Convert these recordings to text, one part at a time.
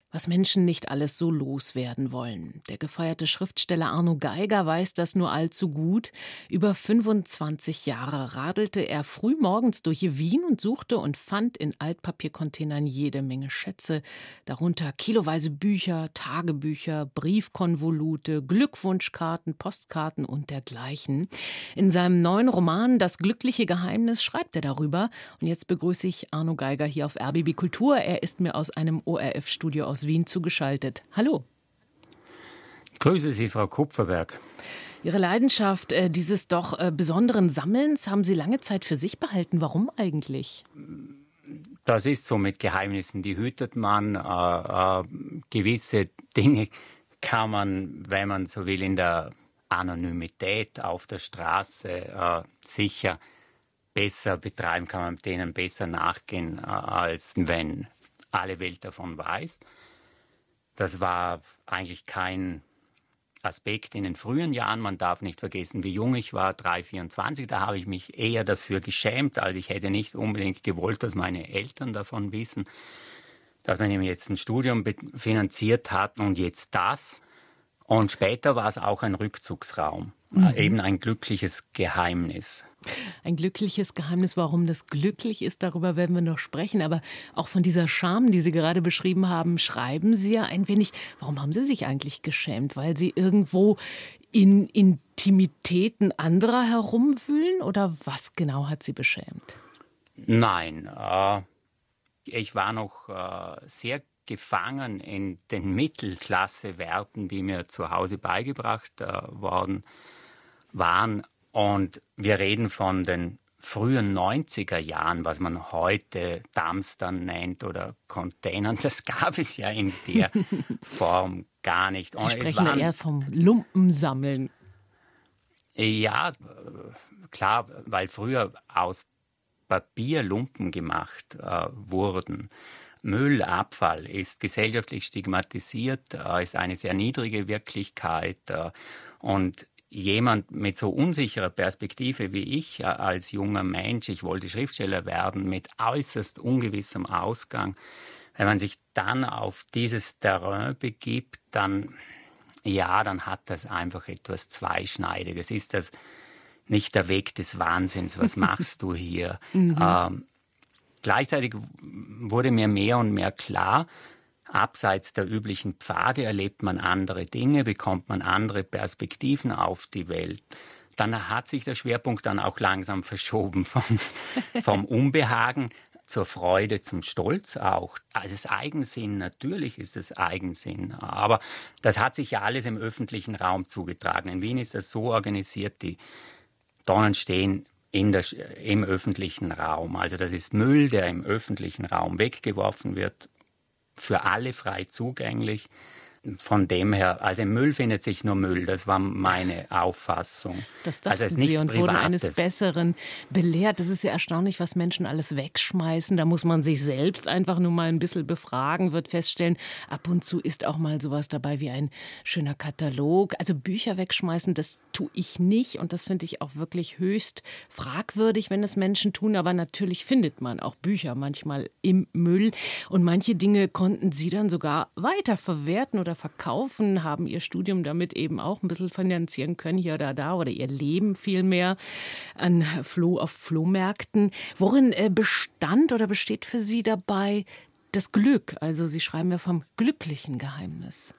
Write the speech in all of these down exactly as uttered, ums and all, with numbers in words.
Was Menschen nicht alles so loswerden wollen. Der gefeierte Schriftsteller Arno Geiger weiß das nur allzu gut. Über fünfundzwanzig Jahre radelte er früh morgens durch Wien und suchte und fand in Altpapiercontainern jede Menge Schätze, darunter kiloweise Bücher, Tagebücher, Briefkonvolute, Glückwunschkarten, Postkarten und dergleichen. In seinem neuen Roman Das glückliche Geheimnis schreibt er darüber. Und jetzt begrüße ich Arno Geiger hier auf R B B Kultur. Er ist mir aus einem O R F-Studio aus Wien zugeschaltet. Hallo. Grüße Sie, Frau Kupferberg. Ihre Leidenschaft äh, dieses doch äh, besonderen Sammelns haben Sie lange Zeit für sich behalten. Warum eigentlich? Das ist so mit Geheimnissen, die hütet man. Äh, äh, gewisse Dinge kann man, wenn man so will, in der Anonymität auf der Straße äh, sicher besser betreiben, kann man denen besser nachgehen, äh, als wenn alle Welt davon weiß. Das war eigentlich kein Aspekt in den frühen Jahren. Man darf nicht vergessen, wie jung ich war, drei, vierundzwanzig. Da habe ich mich eher dafür geschämt, als ich hätte nicht unbedingt gewollt, dass meine Eltern davon wissen, dass man eben jetzt ein Studium finanziert hat und jetzt das. Und später war es auch ein Rückzugsraum, mhm. eben ein glückliches Geheimnis. Ein glückliches Geheimnis, warum das glücklich ist, darüber werden wir noch sprechen. Aber auch von dieser Scham, die Sie gerade beschrieben haben, schreiben Sie ja ein wenig. Warum haben Sie sich eigentlich geschämt? Weil Sie irgendwo in Intimitäten anderer herumwühlen? Oder was genau hat Sie beschämt? Nein, äh, ich war noch äh, sehr gefangen in den Mittelklassewerten, die mir zu Hause beigebracht äh, worden waren. Und wir reden von den frühen neunziger Jahren, was man heute Dumpstern nennt oder Containern. Das gab es ja in der Form gar nicht. Sie sprechen ja eher vom Lumpensammeln. Ja, klar, weil früher aus Papier Lumpen gemacht äh, wurden. Müllabfall ist gesellschaftlich stigmatisiert, äh, ist eine sehr niedrige Wirklichkeit äh, und jemand mit so unsicherer Perspektive wie ich als junger Mensch, ich wollte Schriftsteller werden, mit äußerst ungewissem Ausgang, wenn man sich dann auf dieses Terrain begibt, dann, ja, dann hat das einfach etwas Zweischneidiges. Ist das nicht der Weg des Wahnsinns? Was machst du hier? mhm. ähm, gleichzeitig wurde mir mehr und mehr klar, abseits der üblichen Pfade erlebt man andere Dinge, bekommt man andere Perspektiven auf die Welt. Dann hat sich der Schwerpunkt dann auch langsam verschoben vom, vom Unbehagen zur Freude, zum Stolz auch. Also das Eigensinn, natürlich ist es Eigensinn, aber das hat sich ja alles im öffentlichen Raum zugetragen. In Wien ist das so organisiert, die Tonnen stehen in der, im öffentlichen Raum. Also das ist Müll, der im öffentlichen Raum weggeworfen wird, für alle frei zugänglich. Von dem her, also im Müll findet sich nur Müll. Das war meine Auffassung. Das dachten also es ist nichts Sie und Privates. Wurden eines Besseren belehrt. Das ist ja erstaunlich, was Menschen alles wegschmeißen. Da muss man sich selbst einfach nur mal ein bisschen befragen, wird feststellen, ab und zu ist auch mal sowas dabei wie ein schöner Katalog. Also Bücher wegschmeißen, das tue ich nicht. Und das finde ich auch wirklich höchst fragwürdig, wenn es Menschen tun. Aber natürlich findet man auch Bücher manchmal im Müll. Und manche Dinge konnten Sie dann sogar weiterverwerten oder verkaufen, haben ihr Studium damit eben auch ein bisschen finanzieren können, hier oder da, oder ihr Leben vielmehr an Floh auf Flohmärkten. Worin äh, bestand oder besteht für Sie dabei das Glück? Also Sie schreiben ja vom glücklichen Geheimnis.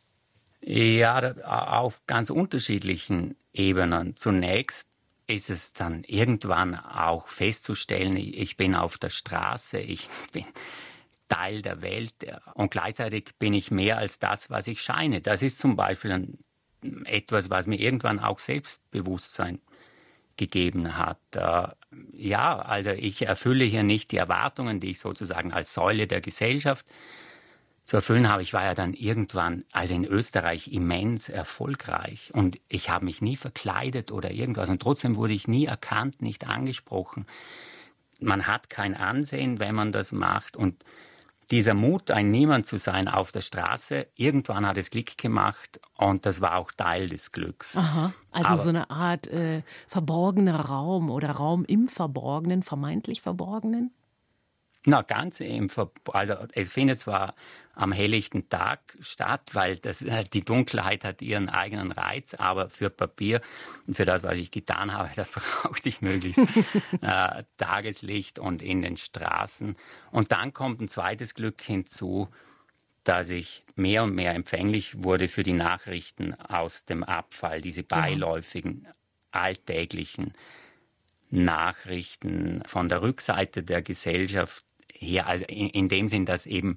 Ja, auf ganz unterschiedlichen Ebenen. Zunächst ist es dann irgendwann auch festzustellen, ich bin auf der Straße, ich bin Teil der Welt und gleichzeitig bin ich mehr als das, was ich scheine. Das ist zum Beispiel ein, etwas, was mir irgendwann auch Selbstbewusstsein gegeben hat. Äh, ja, also ich erfülle hier nicht die Erwartungen, die ich sozusagen als Säule der Gesellschaft zu erfüllen habe. Ich war ja dann irgendwann, also in Österreich, immens erfolgreich und ich habe mich nie verkleidet oder irgendwas und trotzdem wurde ich nie erkannt, nicht angesprochen. Man hat kein Ansehen, wenn man das macht und dieser Mut, ein Niemand zu sein auf der Straße, irgendwann hat es Klick gemacht und das war auch Teil des Glücks. Aha, also Aber so eine Art äh, verborgener Raum oder Raum im Verborgenen, vermeintlich Verborgenen? Na, ganz im Ver also es findet zwar am helllichten Tag statt, weil das, die Dunkelheit hat ihren eigenen Reiz, aber für Papier, für das, was ich getan habe, da brauchte ich möglichst äh, Tageslicht und in den Straßen. Und dann kommt ein zweites Glück hinzu, dass ich mehr und mehr empfänglich wurde für die Nachrichten aus dem Abfall, diese beiläufigen, alltäglichen Nachrichten von der Rückseite der Gesellschaft her, also in, in dem Sinn, dass eben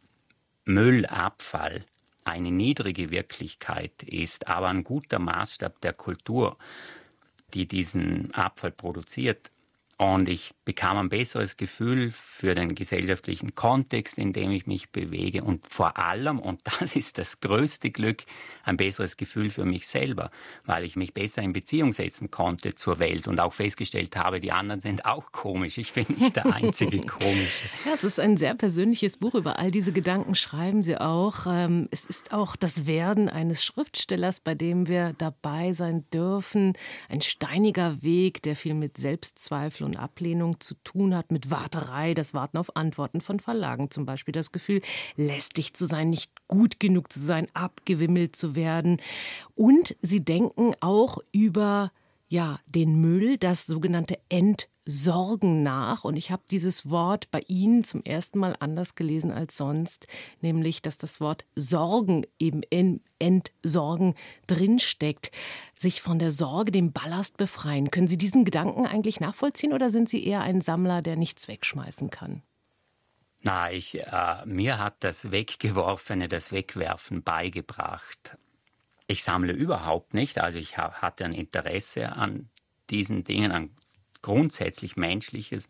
Müllabfall eine niedrige Wirklichkeit ist, aber ein guter Maßstab der Kultur, die diesen Abfall produziert. Und ich bekam ein besseres Gefühl für den gesellschaftlichen Kontext, in dem ich mich bewege und vor allem, und das ist das größte Glück, ein besseres Gefühl für mich selber, weil ich mich besser in Beziehung setzen konnte zur Welt und auch festgestellt habe, die anderen sind auch komisch. Ich bin nicht der einzige Komische. Ja, es ist ein sehr persönliches Buch. Über all diese Gedanken schreiben Sie auch. Es ist auch das Werden eines Schriftstellers, bei dem wir dabei sein dürfen. Ein steiniger Weg, der viel mit Selbstzweifel und Ablehnung zu tun hat, mit Warterei, das Warten auf Antworten von Verlagen zum Beispiel, das Gefühl, lästig zu sein, nicht gut genug zu sein, abgewimmelt zu werden. Und Sie denken auch über ja, den Müll, das sogenannte Entsorgen nach. Und ich habe dieses Wort bei Ihnen zum ersten Mal anders gelesen als sonst, nämlich, dass das Wort Sorgen eben in Entsorgen drinsteckt. Sich von der Sorge, dem Ballast befreien. Können Sie diesen Gedanken eigentlich nachvollziehen oder sind Sie eher ein Sammler, der nichts wegschmeißen kann? Na, ich, äh, mir hat das Weggeworfene, das Wegwerfen beigebracht. Ich sammle überhaupt nicht, also ich hatte ein Interesse an diesen Dingen, ein grundsätzlich menschliches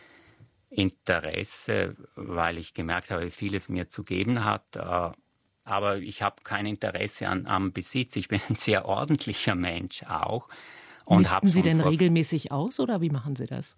Interesse, weil ich gemerkt habe, wie viel es mir zu geben hat. Aber ich habe kein Interesse an, am Besitz. Ich bin ein sehr ordentlicher Mensch auch. Und Misten Sie denn regelmäßig aus oder wie machen Sie das?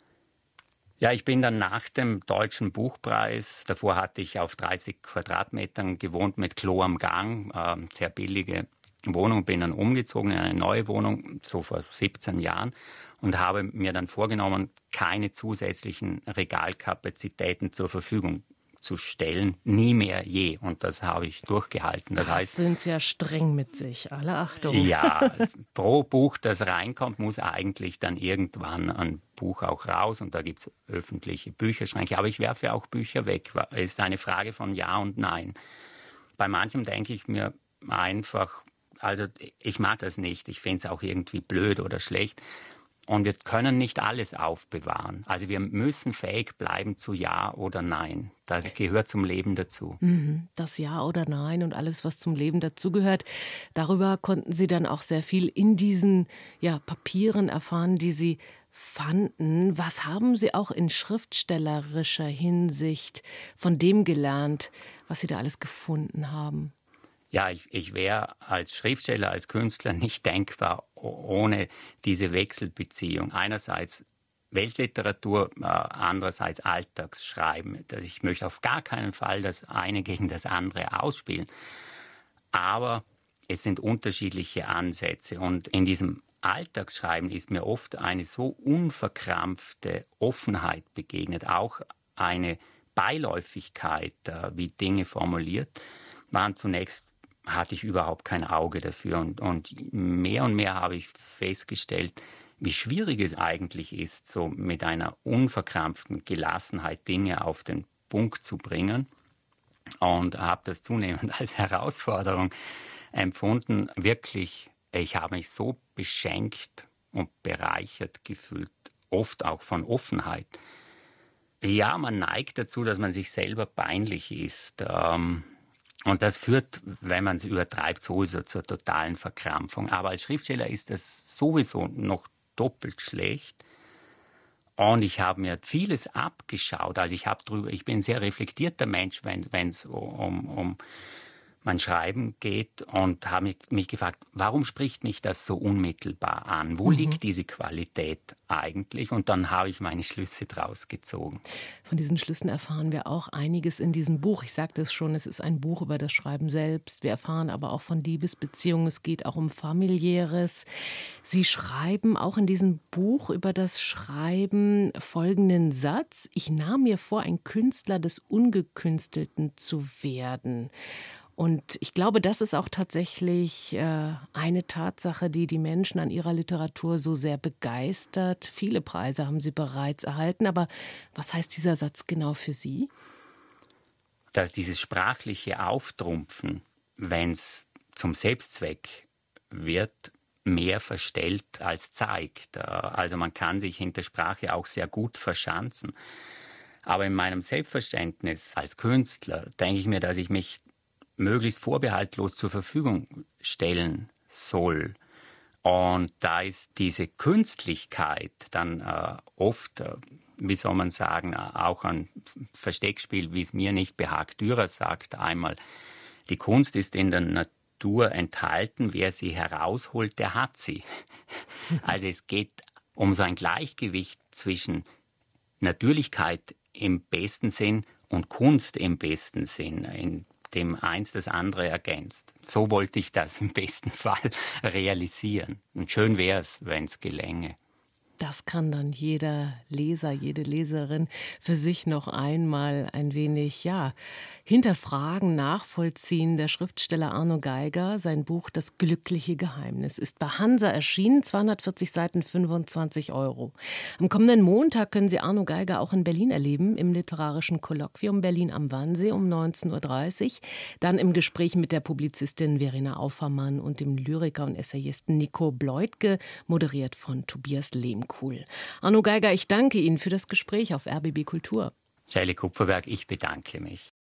Ja, ich bin dann nach dem Deutschen Buchpreis, davor hatte ich auf dreißig Quadratmetern gewohnt mit Klo am Gang, äh, sehr billige Wohnung, bin dann umgezogen in eine neue Wohnung, so vor siebzehn Jahren und habe mir dann vorgenommen, keine zusätzlichen Regalkapazitäten zur Verfügung zu stellen, nie mehr je. Und das habe ich durchgehalten. Das, das heißt, sind ja streng mit sich, alle Achtung. Ja, pro Buch, das reinkommt, muss eigentlich dann irgendwann ein Buch auch raus. Und da gibt es öffentliche Bücherschränke. Aber ich werfe auch Bücher weg. Es ist eine Frage von Ja und Nein. Bei manchem denke ich mir einfach, also ich mag das nicht. Ich finde es auch irgendwie blöd oder schlecht. Und wir können nicht alles aufbewahren. Also wir müssen fähig bleiben zu Ja oder Nein. Das gehört zum Leben dazu. Das Ja oder Nein und alles, was zum Leben dazugehört. Darüber konnten Sie dann auch sehr viel in diesen ja, Papieren erfahren, die Sie fanden. Was haben Sie auch in schriftstellerischer Hinsicht von dem gelernt, was Sie da alles gefunden haben? Ja, ich, ich wäre als Schriftsteller, als Künstler nicht denkbar ohne diese Wechselbeziehung. Einerseits Weltliteratur, äh, andererseits Alltagsschreiben. Ich möchte auf gar keinen Fall das eine gegen das andere ausspielen. Aber es sind unterschiedliche Ansätze. Und in diesem Alltagsschreiben ist mir oft eine so unverkrampfte Offenheit begegnet, auch eine Beiläufigkeit, äh, wie Dinge formuliert waren. Zunächst hatte ich überhaupt kein Auge dafür. Und, und mehr und mehr habe ich festgestellt, wie schwierig es eigentlich ist, so mit einer unverkrampften Gelassenheit Dinge auf den Punkt zu bringen. Und habe das zunehmend als Herausforderung empfunden. Wirklich, ich habe mich so beschenkt und bereichert gefühlt, oft auch von Offenheit. Ja, man neigt dazu, dass man sich selber peinlich ist. Ähm, Und das führt, wenn man es übertreibt, sowieso zur totalen Verkrampfung. Aber als Schriftsteller ist das sowieso noch doppelt schlecht. Und ich habe mir vieles abgeschaut. Also ich habe drüber, ich bin ein sehr reflektierter Mensch, wenn es um, um mein Schreiben geht und habe mich, mich gefragt, warum spricht mich das so unmittelbar an? Wo mhm. liegt diese Qualität eigentlich? Und dann habe ich meine Schlüsse draus gezogen. Von diesen Schlüssen erfahren wir auch einiges in diesem Buch. Ich sagte es schon, es ist ein Buch über das Schreiben selbst. Wir erfahren aber auch von Liebesbeziehungen. Es geht auch um Familiäres. Sie schreiben auch in diesem Buch über das Schreiben folgenden Satz: Ich nahm mir vor, ein Künstler des Ungekünstelten zu werden. Und ich glaube, das ist auch tatsächlich äh, eine Tatsache, die die Menschen an ihrer Literatur so sehr begeistert. Viele Preise haben Sie bereits erhalten. Aber was heißt dieser Satz genau für Sie? Dass dieses sprachliche Auftrumpfen, wenn es zum Selbstzweck wird, mehr verstellt als zeigt. Also man kann sich hinter Sprache auch sehr gut verschanzen. Aber in meinem Selbstverständnis als Künstler denke ich mir, dass ich mich möglichst vorbehaltlos zur Verfügung stellen soll. Und da ist diese Künstlichkeit dann äh, oft, äh, wie soll man sagen, auch ein Versteckspiel, wie es mir nicht behagt. Dürer sagt einmal, die Kunst ist in der Natur enthalten, wer sie herausholt, der hat sie. Also es geht um so ein Gleichgewicht zwischen Natürlichkeit im besten Sinn und Kunst im besten Sinn, in dem eins das andere ergänzt. So wollte ich das im besten Fall realisieren. Und schön wäre es, wenn es gelänge. Das kann dann jeder Leser, jede Leserin für sich noch einmal ein wenig, ja, hinterfragen, nachvollziehen. Der Schriftsteller Arno Geiger, sein Buch Das glückliche Geheimnis ist bei Hansa erschienen, zweihundertvierzig Seiten, fünfundzwanzig Euro. Am kommenden Montag können Sie Arno Geiger auch in Berlin erleben, im Literarischen Kolloquium Berlin am Wannsee um neunzehn Uhr dreißig. Dann im Gespräch mit der Publizistin Verena Aufermann und dem Lyriker und Essayisten Nico Bleutke, moderiert von Tobias Lehmkuhl. Cool. Arno Geiger, ich danke Ihnen für das Gespräch auf R B B Kultur. Shelley Kupferberg, ich bedanke mich.